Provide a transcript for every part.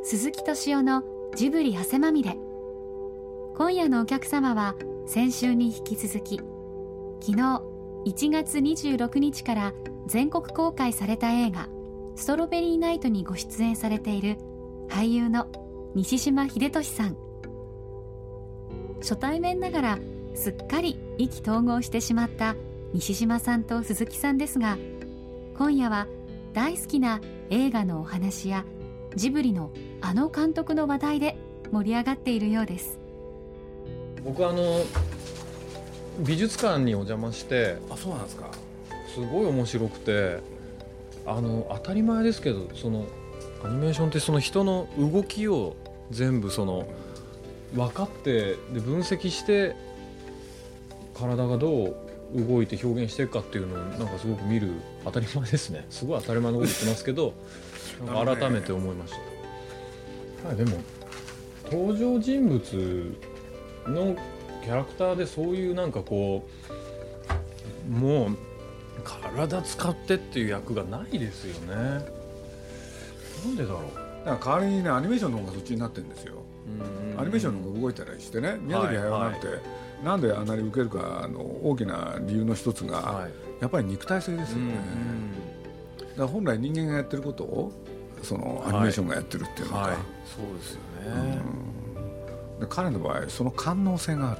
鈴木敏夫のジブリ汗まみれ。今夜のお客様は先週に引き続き、昨日1月26日から全国公開された映画ストロベリーナイトにご出演されている俳優の西島秀俊さん。初対面ながらすっかり意気投合してしまった西島さんと鈴木さんですが、今夜は大好きな映画のお話やジブリのあの監督の話題で盛り上がっているようです。 僕美術館にお邪魔して、 あ、そうなんですか。 すごい面白くて、当たり前ですけど、そのアニメーションってその人の動きを全部その分かってで分析して体がどう動いて表現していくかっていうのをなんかすごく見る。当たり前ですね。すごい当たり前のこと言ってますけどなんか改めて思いました。はい、でも登場人物のキャラクターでそういうなんかこうもう体使ってっていう役がないですよね。なんでだろう。 だから代わりにね、アニメーションの方がそっちになってるんですよ。アニメーションの方が動いたりしてね、宮崎駿なんて、なんであんなに受けるかの大きな理由の一つが、やっぱり肉体性ですよね。だから本来人間がやってることをそのアニメーションがやってるっていうのか、 そうですよね。 で彼の場合その官能性がある、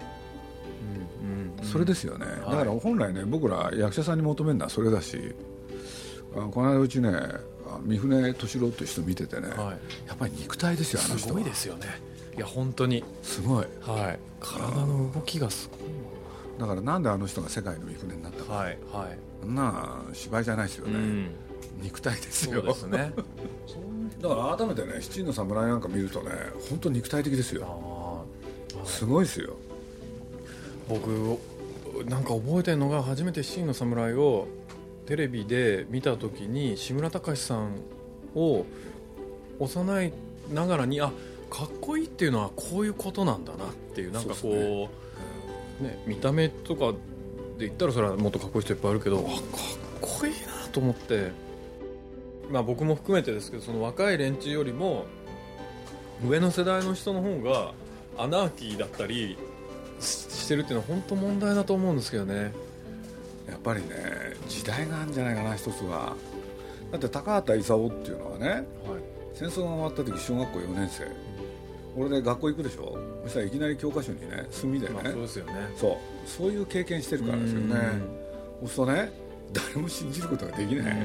それですよね。だから本来ね、僕ら役者さんに求めるのはそれだし、この間うちね、三船敏郎という人見ててね、やっぱり肉体ですよ、あの人は。 すごいですよね。いや本当にすごい、 体の動きがすごい。 だからなんであの人が世界の三船になったか、そんな芝居じゃないですよね、肉体ですよ。 そうですねだから改めてね、七人の侍なんか見るとね、本当に肉体的ですよ。すごいですよ。 僕なんか覚えてるのが、初めて七人の侍をテレビで見た時に志村隆さんを幼いながらに、かっこいいっていうのはこういうことなんだなっていう、なんかこうね、見た目とかで言ったらそれはもっとかっこいい人いっぱいあるけど、かっこいいなと思って、僕も含めてですけど、その若い連中よりも上の世代の人の方がアナーキーだったりしてるっていうのは本当問題だと思うんですけどね。 やっぱりね、時代があるんじゃないかな、一つは。だって高畑勲っていうのはね、戦争が終わった時小学校4年生、俺で学校行くでしょ。そしたらいきなり教科書にね、墨でね、 そうですよね。 そういう経験してるからですよね。そうするとね、誰も信じることができない。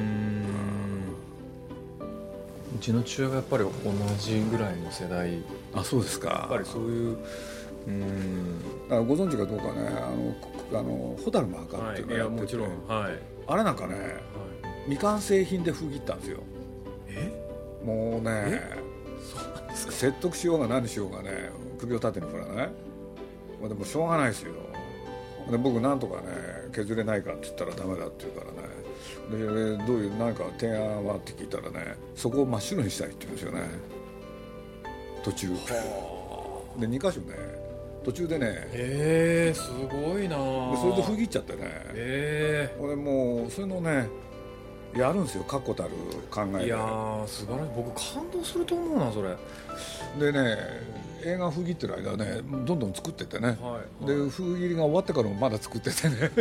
うちの父親がやっぱり同じぐらいの世代。 あ、そうですか。 やっぱりそういう、 だからご存知かどうかね、蛍の墓っていうのをやってて、 もちろん、 あれなんかね、未完成品で封切ったんですよ。もうね、 そうなんですか。 説得しようが何しようがね、首を縦に振らない。でもしょうがないですよ。で僕なんとかね、削れないかって言ったらダメだって言うからね、でどういう何か提案はって聞いたらね、そこを真っ白にしたいって言うんですよね、途中で2箇所ね、途中でね、 すごいな。 それで封切っちゃってね、俺もうそういうのねやるんですよ、確固たる考えで。 いやー素晴らしい。僕感動すると思うな、それでね、映画封切ってる間ね、どんどん作っててね、で封切りが終わってからもまだ作っててね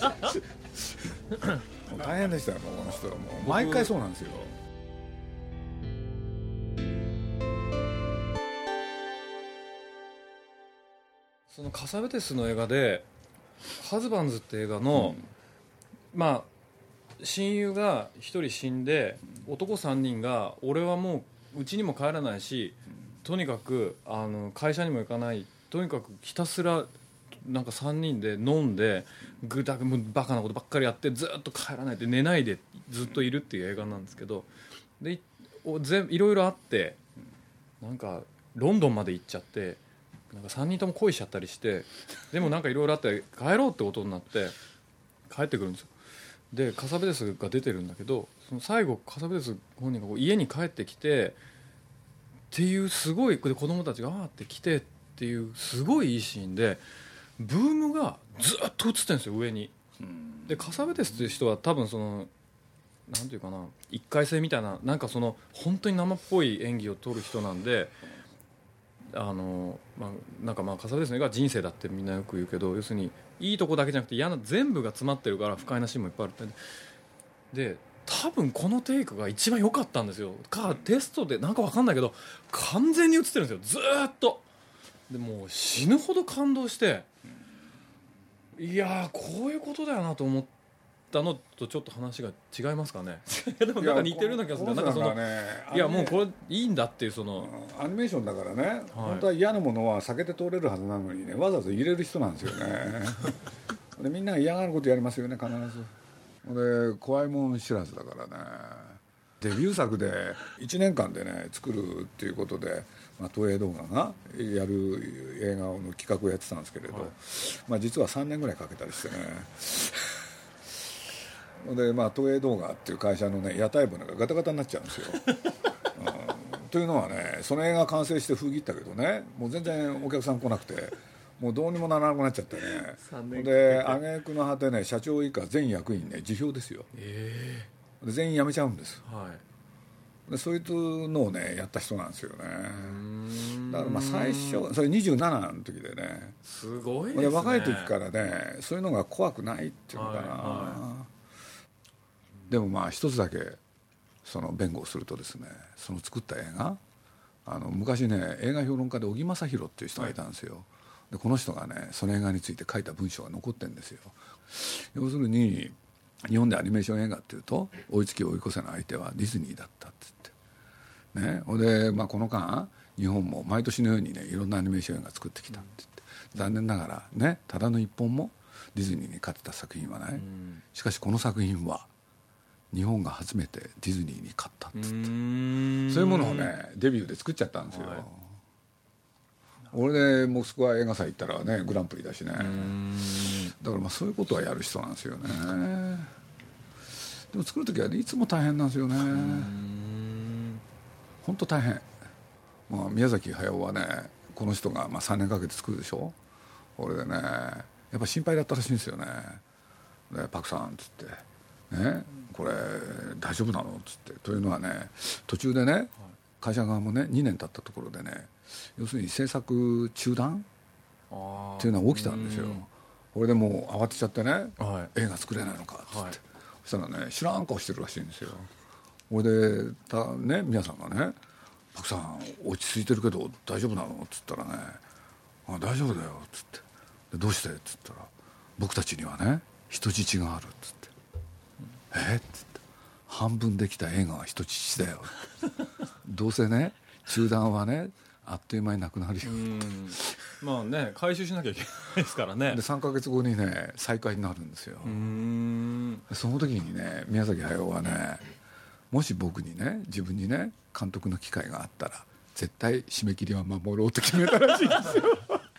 大変でしたよ、この人はもう毎回そうなんですよ。 そのカサベテスの映画でハズバンズって映画の、親友が1人死んで、男3人が俺はもう家にも帰らないし、とにかく会社にも行かない、とにかくひたすらなんか3人で飲んでもうバカなことばっかりやってずっと帰らないで寝ないでずっといるっていう映画なんですけど、でいろいろあって、なんかロンドンまで行っちゃって、なんか3人とも恋しちゃったりして、でもなんかいろいろあって帰ろうってことになって帰ってくるんですよ。でカサベテスが出てるんだけど、その最後カサベテス本人がこう家に帰ってきてっていう、すごい子供たちがあーって来てっていうすごいいいシーンで、ブームがずっと映ってるんですよ、上に。でカサベテスっていう人は多分そのなんていうかな、一回性みたいな、なんかその本当に生っぽい演技を取る人なんで、なんか笠部ですねが人生だってみんなよく言うけど、要するにいいとこだけじゃなくて嫌な全部が詰まってるから不快なシーンもいっぱいあるで、多分このテイクが一番良かったんですよ。テストでなんか分かんないけど完全に映ってるんですよ、ずーっと。でもう死ぬほど感動して、いやーこういうことだよなと思ったのとちょっと話が違いますかねでもなんか似てるような気がする。なんかそのいやもうこれいいんだっていうそのアニメーションだからね、本当は嫌なものは避けて通れるはずなのにね、わざわざ入れる人なんですよねでみんなが嫌がることやりますよね、必ず。で怖いもん知らずだからね。デビュー作で1年間でね作るっていうことで、東映動画がやる映画の企画をやってたんですけれど、実は3年ぐらいかけたりしてねで、東映動画っていう会社のね屋台骨がガタガタになっちゃうんですよというのはね、その映画完成して封切ったけどね、もう全然お客さん来なくて、もうどうにもならなくなっちゃってねで挙句の果てね、社長以下全役員ね辞表ですよ、で全員辞めちゃうんです、でそういうのをねやった人なんですよね。だから最初それ27の時でね、 すごいですね。 で若い時からねそういうのが怖くないっていうのかな、でも一つだけその弁護をするとですね、その作った映画昔ね映画評論家で小木正弘っていう人がいたんですよ、でこの人がねその映画について書いた文章が残ってるんですよ。要するに日本でアニメーション映画っていうと追いつき追い越せの相手はディズニーだったって言ってね。で、この間日本も毎年のようにねいろんなアニメーション映画作ってきたって言って、残念ながらねただの一本もディズニーに勝てた作品はない、しかしこの作品は日本が初めてディズニーに勝ったって言って、そういうものをねデビューで作っちゃったんですよ、俺でモスクワ映画祭行ったらねグランプリだしね、だからそういうことはやる人なんですよね。でも作る時はいつも大変なんですよね、本当大変。宮崎駿はねこの人が3年かけて作るでしょ。俺でねやっぱ心配だったらしいんですよね。でパクさんっつってね、これ大丈夫なのっつって。というのはね途中でね会社側もね2年経ったところでね、要するに制作中断っていうのは起きたんですよ。これでもう慌てちゃってね、映画作れないのかっつって、そしたらね知らん顔してるらしいんですよ。これでね皆さんがね「パクさん落ち着いてるけど大丈夫なの?」っつったらね「大丈夫だよ」っつって「どうして?」っつったら「僕たちにはね人質がある」っつって「っつって「半分できた映画は人質だよ」どうせね中断はねあっという間になくなるよ。 回収しなきゃいけないですからね。 で3ヶ月後にね再開になるんですよ。その時にね宮崎駿はね、もし僕にね自分にね監督の機会があったら絶対締め切りは守ろうと決めたらしいんですよ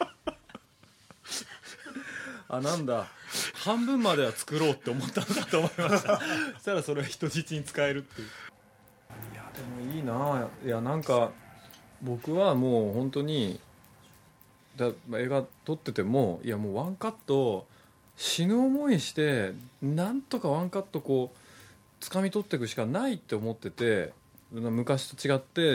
なんだ半分までは作ろうって思ったのかと思いましたそしたらそれは人質に使えるっていう。いやでもいいな。いやなんか僕はもう本当に映画撮っててもいやもうワンカット死ぬ思いしてなんとかワンカットこう掴み取っていくしかないって思ってて、昔と違って、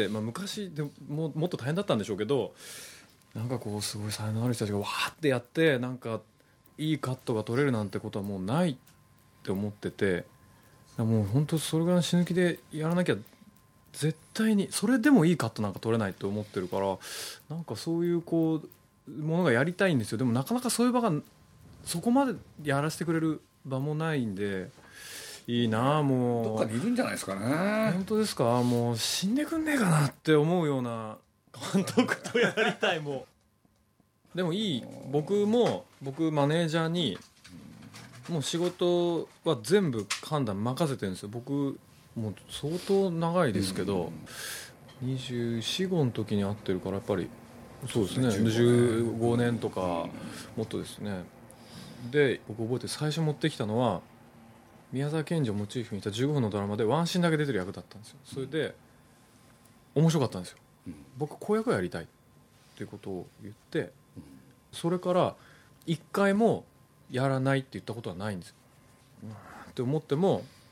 昔でもっと大変だったんでしょうけど、なんかこうすごい才能ある人たちがわーってやってなんかいいカットが撮れるなんてことはもうないって思ってて、もう本当それぐらいの死ぬ気でやらなきゃ絶対にそれでもいいカットなんか撮れないと思ってるから、なんかそういうこうものがやりたいんですよ。でもなかなかそういう場がそこまでやらせてくれる場もないんで、いいな。もうどっかにいるんじゃないですかね。 本当ですか。もう死んでくんねえかなって思うような監督とやりたい。もうでもいい。僕マネージャーにもう仕事は全部判断任せてるんですよ。僕もう相当長いですけど、24、5の時に会ってるからやっぱりそうですね、15年とかもっとですね。で僕覚えて最初持ってきたのは宮沢賢治をモチーフにした15分のドラマでワンシーンだけ出てる役だったんですよ。それで面白かったんですよ。僕こういう役をやりたいっていうことを言って、それから一回もやらないって言ったことはないんですよ。って思っても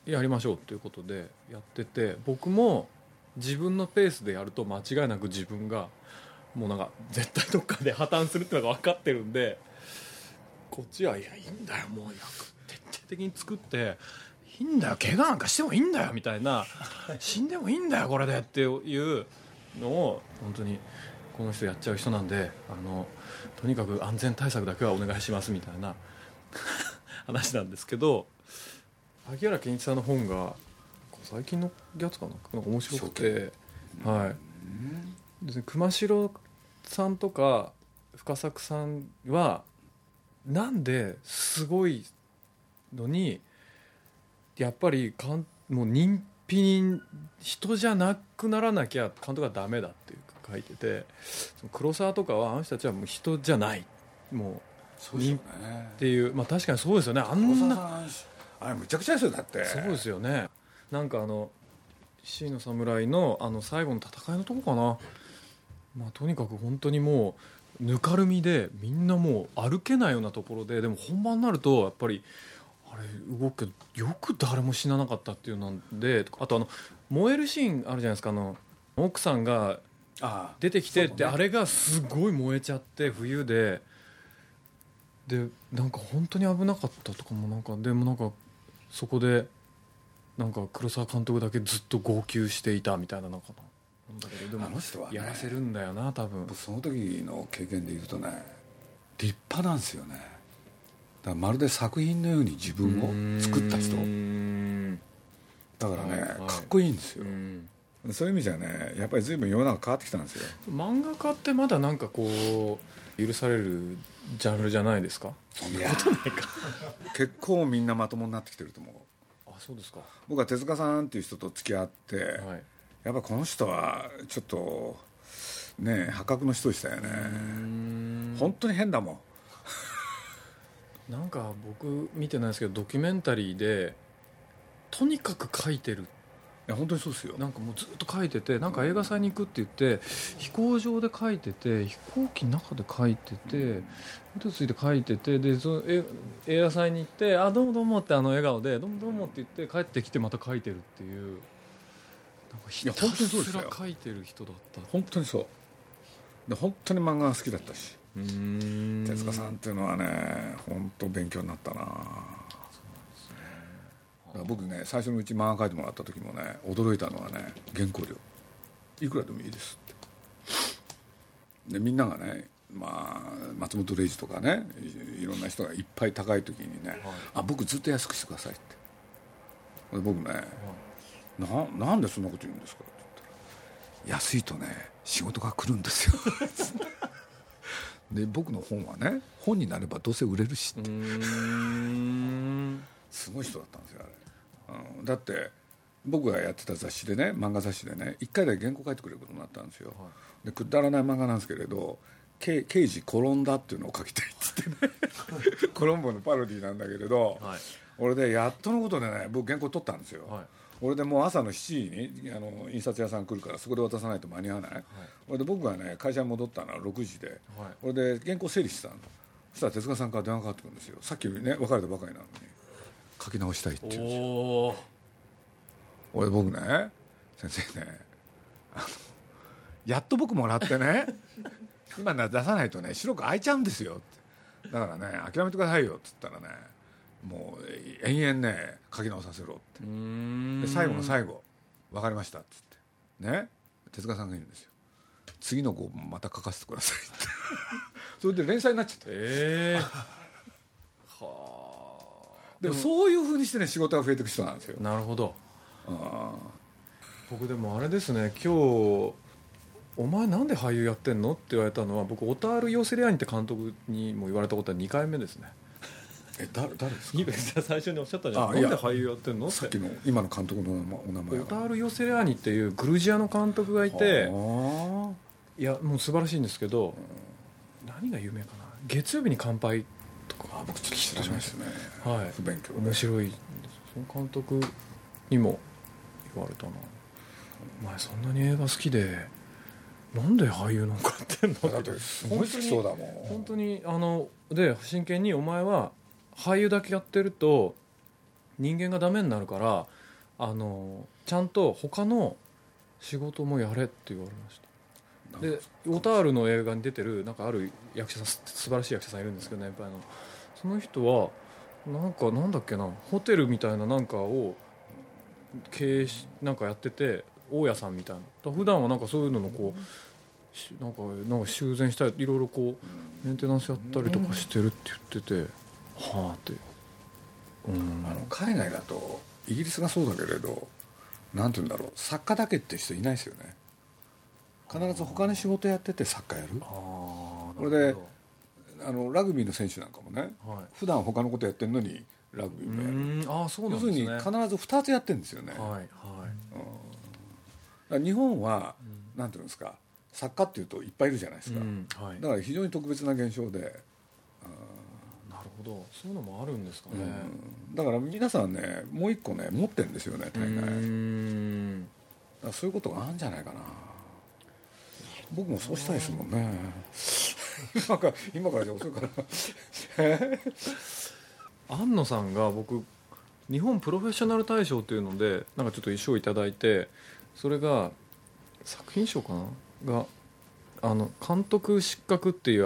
やりましょうっていうことでやってて、僕も自分のペースでやると間違いなく自分がもうなんか絶対どっかで破綻するってのが分かってるんで、こっちはいやいいんだよもう徹底的に作っていいんだよ怪我なんかしてもいいんだよみたいな死んでもいいんだよこれでっていうのを本当にこの人やっちゃう人なんでとにかく安全対策だけはお願いしますみたいな話なんですけど、萩原健一さんの本が最近のやつかな、なんか面白くて、はい、で熊代さんとか深作さんはなんですごいのにやっぱりもう人品人じゃなくならなきゃ監督はダメだっていう書いてて、その黒沢とかはあの人たちはもう人じゃないもう人っていう、まあ確かにそうですよね。あんなあれむちゃくちゃですよだって。 そうですよね。なんか七位の侍の最後の戦いのとこかな、まあ、とにかく本当にもうぬかるみでみんなもう歩けないようなところで、でも本番になるとやっぱりあれ動くけどよく誰も死ななかったっていうので、あと燃えるシーンあるじゃないですか、奥さんが出てきてって、あれがすごい燃えちゃって冬でなんか本当に危なかったとかもなんか、でもなんかそこでなんか黒沢監督だけずっと号泣していたみたいななんかなんだけど、でもあの人はねやらせるんだよな多分。 その時の経験で言うとね立派なんですよね。だからまるで作品のように自分を作った人だからね、はいはい、かっこいいんですよ。そういう意味じゃねやっぱり随分世の中変わってきたんですよ。 漫画家ってまだなんかこう許されるジャンルじゃないですか。そんなことないか結構みんなまともになってきてると思う。 あ、そうですか。僕は手塚さんっていう人と付き合って、はい、やっぱこの人はちょっとね破格の人でしたよね。本当に変だもんなんか僕見てないですけどドキュメンタリーでとにかく書いてる。 いや本当にそうですよ。 なんかもうずっと書いてて、なんか映画祭に行くって言って飛行場で書いてて、飛行機の中で書いてて、ついて書いてて、でその映画祭に行ってあどうもどうもって笑顔でどうもどうもって言って帰ってきてまた書いてるっていう、なんかひたすら書いてる人だった。 本当にそうで、本当に漫画が好きだったし、手塚さんっていうのはね本当勉強になったな。僕ね最初のうち漫画描いてもらった時もね驚いたのはね原稿料いくらでもいいですってでみんながね、まあ、松本零士とかね いろんな人がいっぱい高い時にね、はい、あ僕ずっと安くしてくださいってで僕ね、はい、なんでそんなこと言うんですかって言ったら安いとね仕事が来るんですよで僕の本はね本になればどうせ売れるしってすごい人だったんですよあれ。だって僕がやってた雑誌でね漫画雑誌でね1回で原稿書いてくれることになったんですよ、はい、でくだらない漫画なんですけれど刑事転んだっていうのを書きたいって言ってねコロンボのパロディなんだけれど、はい、俺でやっとのことでね僕原稿取ったんですよ、はい、俺でもう朝の7時に印刷屋さん来るからそこで渡さないと間に合わない、はい、俺で僕がね会社に戻ったのは6時で、はい、俺で原稿整理してたの。そしたら手塚さんから電話かかってくるんですよ。さっきね別れたばかりなのに書き直したいって言うんですよ。俺僕ね先生ねやっと僕もらってね今出さないとね白く開いちゃうんですよってだからね諦めてくださいよって言ったらねもう延々ね書き直させろってで最後の最後分かりましたって言ってね手塚さんが言うんですよ。次の号もまた書かせてくださいってそれで連載になっちゃった。はあ。でもそういう風にしてね仕事が増えていく人なんですよ。 なるほど。僕でもあれですね今日お前なんで俳優やってんのって言われたのは僕オタール・ヨセリアーニって監督にも言われたことは2回目ですね。 誰ですか。 最初におっしゃったじゃん。なんで俳優やってんのってさっきの今の監督のお名前はオタール・ヨセリアーニっていうグルジアの監督がいて、いやもう素晴らしいんですけど、何が有名かな、月曜日に乾杯とか僕ちょっと知らないですね、 はい、 不勉強で面白い。その監督にも言われたな、お前そんなに映画好きでなんで俳優なんかやってんのって。 だってすごい好きそうだもん本当にで真剣にお前は俳優だけやってると人間がダメになるからちゃんと他の仕事もやれって言われました。でオタールの映画に出てるなんかある役者さん素晴らしい役者さんいるんですけどね、やっぱりその人はなんだっけな、ホテルみたいななんかを経営なんかやってて、大家さんみたいな、普段はなんかそういうののこうなんか修繕したりいろいろこうメンテナンスやったりとかしてるって言ってて、はあって、 海外だとイギリスがそうだけれど、なんて言うんだろう、作家だけって人いないですよね。必ず他に仕事やってて作家やる。これでラグビーの選手なんかもね、普段他のことやってるのにラグビーもやる。 そうなんですね。 要するに必ず2つやってるんですよね。だから日本は、なんていうんですか、作家っていうといっぱいいるじゃないですか、だから非常に特別な現象で、 なるほど、そういうのもあるんですかね。 だから皆さんね、もう一個ね持ってるんですよね、大概。だからそういうことがあるんじゃないかな。僕もそうしたいですもんね。今からじゃ遅いから庵野さんが、僕日本プロフェッショナル大賞っていうのでなんかちょっと一賞いただいて、それが作品賞かなが監督失格っていう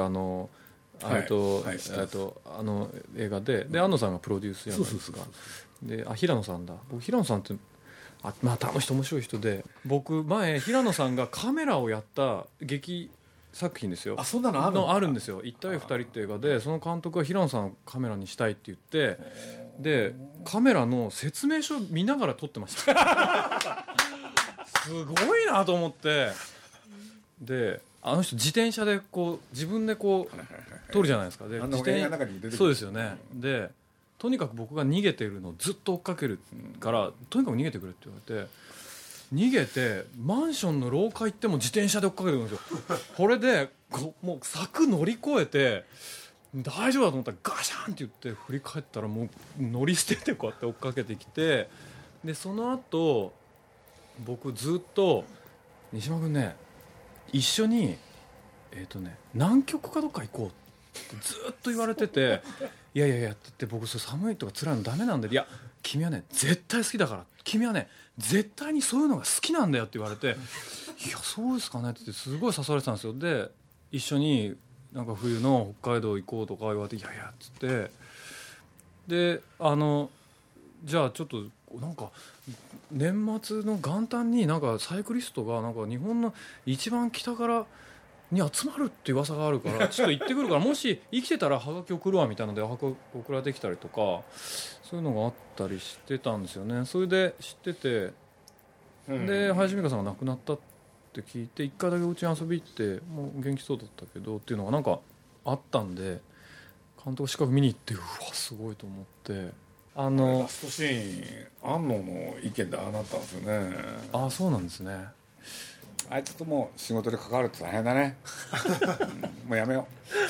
映画で庵野さんがプロデュースやるんですが、で平野さんだ、僕平野さんってまた人面白い人で、僕前平野さんがカメラをやった劇作品ですよ。 そんなのあるんですよ。1対2人って映画で、その監督が平野さんをカメラにしたいって言って、でカメラの説明書見ながら撮ってましたすごいなと思って。であの人自転車でこう自分でこう撮るじゃないですか。で自転車そうですよね。でとにかく僕が逃げてるのをずっと追っかけるから、とにかく逃げてくれって言われて、逃げてマンションの廊下行っても自転車で追っかけてくるんですよこれでもう柵乗り越えて大丈夫だと思ったらガシャンって言って振り返ったらもう乗り捨ててこうやって追っかけてきて、でその後僕ずっと西間君ね、一緒に南極かどっか行こうってずっと言われてていやって言って、僕それ寒いとか辛いのダメなんで、いや君はね絶対好きだから、君はね絶対にそういうのが好きなんだよって言われていやそうですかねって言ってすごい誘われてたんですよ。で一緒になんか冬の北海道行こうとか言われて、いやっつって、でじゃあちょっとなんか年末の元旦になんかサイクリストがなんか日本の一番北からに集まるって噂があるからちょっと行ってくるからもし生きてたらハガキ送るわみたいなのでハガキ送られてきたりとか、そういうのがあったりしてたんですよね。それで知ってて、で林美香さんが亡くなったって聞いて1回だけうちに遊び行って、もう元気そうだったけどっていうのがなんかあったんで、監督資格見に行って、うわすごいと思って。 ラストシーン庵野の意見でああなったんですよね。 そうなんですね。 あいつとも仕事で関わるって大変だねもうやめよ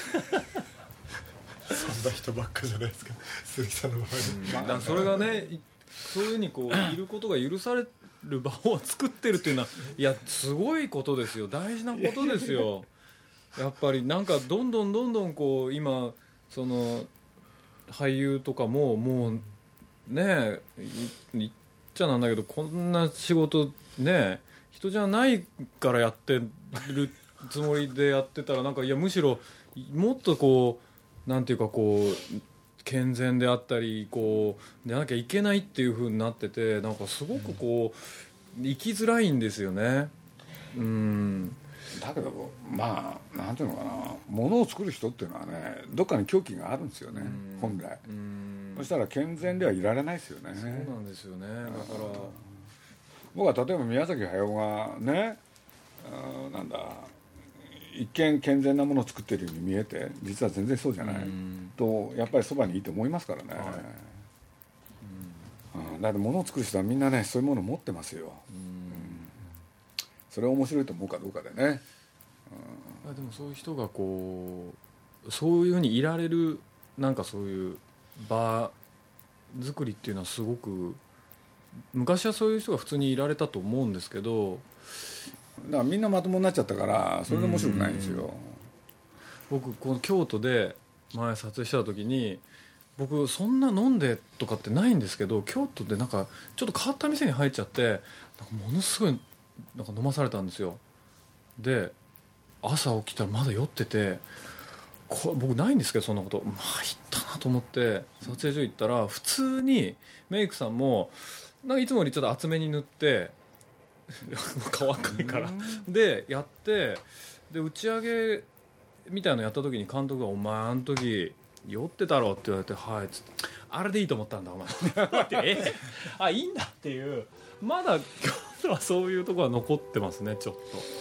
うそんな人ばっかじゃないですか鈴木さんの場合だからそれがね、そういうふうにこういることが許される場を作ってるっていうのは、いやすごいことですよ、大事なことですよやっぱりなんかどんどんこう今その俳優とかももうね言っちゃなんだけど、こんな仕事ね人じゃないからやってるつもりでやってたら、なんかいやむしろもっとこうなんていうかこう健全であったりこうでなきゃいけないっていう風になってて、なんかすごくこう生きづらいんですよね。 だけどまあなんていうのかな、ものを作る人っていうのはねどっかに狂気があるんですよね、本来。そしたら健全ではいられないですよね。 そうなんですよね。だから僕は例えば宮崎駿がね、なんだ一見健全なものを作ってるように見えて実は全然そうじゃないとやっぱりそばにいて思いますからね。だって物を作る人はみんなねそういうものを持ってますよ。それを面白いと思うかどうかでね。 でもそういう人がこうそういうふうにいられるなんかそういう場作りっていうのはすごく昔はそういう人が普通にいられたと思うんですけど、 だからみんなまともになっちゃったからそれで面白くないんですよ。 僕この京都で前撮影した時に僕そんな飲んでとかってないんですけど、京都でなんかちょっと変わった店に入っちゃって、なんかものすごいなんか飲まされたんですよ。で朝起きたらまだ酔ってて、僕ないんですけどそんなこと、まあいったなと思って撮影所行ったら、普通にメイクさんもなんかいつもよりちょっと厚めに塗って乾かないからでやって、で打ち上げみたいなのやった時に監督が「お前あの時酔ってたろ」って言われて「はい」っつって「あれでいいと思ったんだお前」あ、いいんだっていう、まだ今日はそういうところは残ってますねちょっと。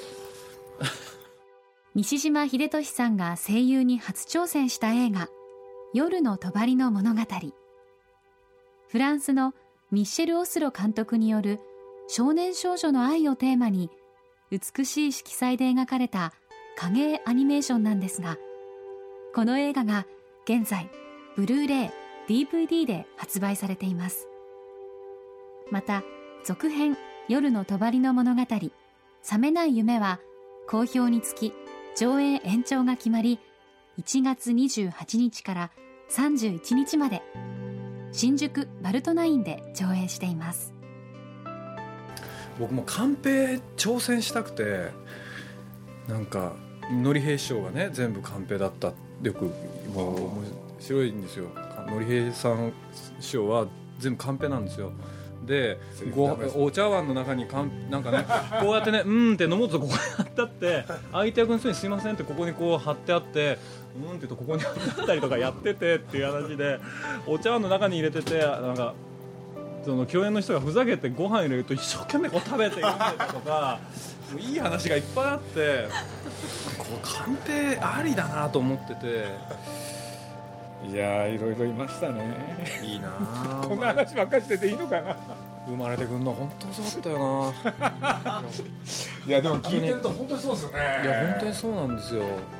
西島秀俊さんが声優に初挑戦した映画夜の帳の物語。フランスのミッシェル・オスロ監督による少年少女の愛をテーマに美しい色彩で描かれた影絵アニメーションなんですが、この映画が現在ブルーレイ DVD で発売されています。また続編夜の帳の物語覚めない夢は好評につき上映延長が決まり、1月28日から31日まで新宿バルトナインで上映しています。 僕もカンペ挑戦したくて、なんかのり平師匠がね全部カンペだった、よくもう面白いんですよ。のり平さん師匠は全部カンペなんですよ。でお茶碗の中になんかねこうやってねって飲もうとここに貼ってあって、相手役の人にすいませんってここにこう貼ってあって、って言うとここに貼ってあったりとかやっててっていう話で、お茶碗の中に入れてて、なんかその共演の人がふざけてご飯入れると一生懸命こう食べて読んでたとかもういい話がいっぱいあって、こうカンペありだなと思ってて。 いやいろいろいましたね。 いいなこんな話ばっかりしてていいのかな。 生まれてくんの本当そうだったよな。 いやでも聞いてると本当にそうですよね。 いや本当にそうなんですよ。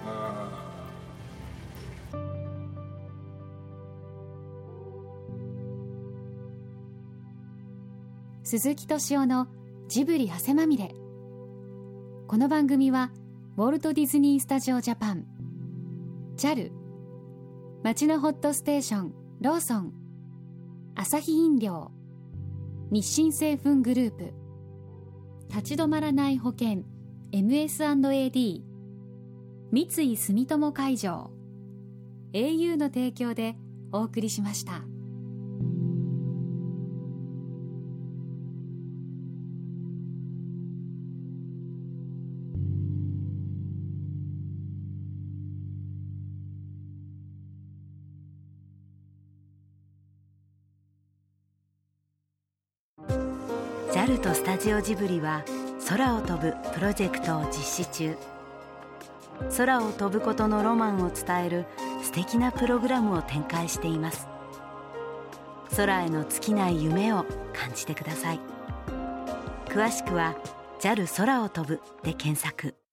鈴木敏夫のジブリ汗まみれ。この番組はウォルト・ディズニー・スタジオ・ジャパン、 JAL、町のホットステーションローソン、アサヒ飲料、日清製粉グループ、立ち止まらない保険 MS&AD、 三井住友海上、 au の提供でお送りしました。 JAL とスタジオジブリは空を飛ぶプロジェクトを実施中。空を飛ぶことのロマンを伝える素敵なプログラムを展開しています。空への尽きない夢を感じてください。詳しくは JAL 空を飛ぶで検索。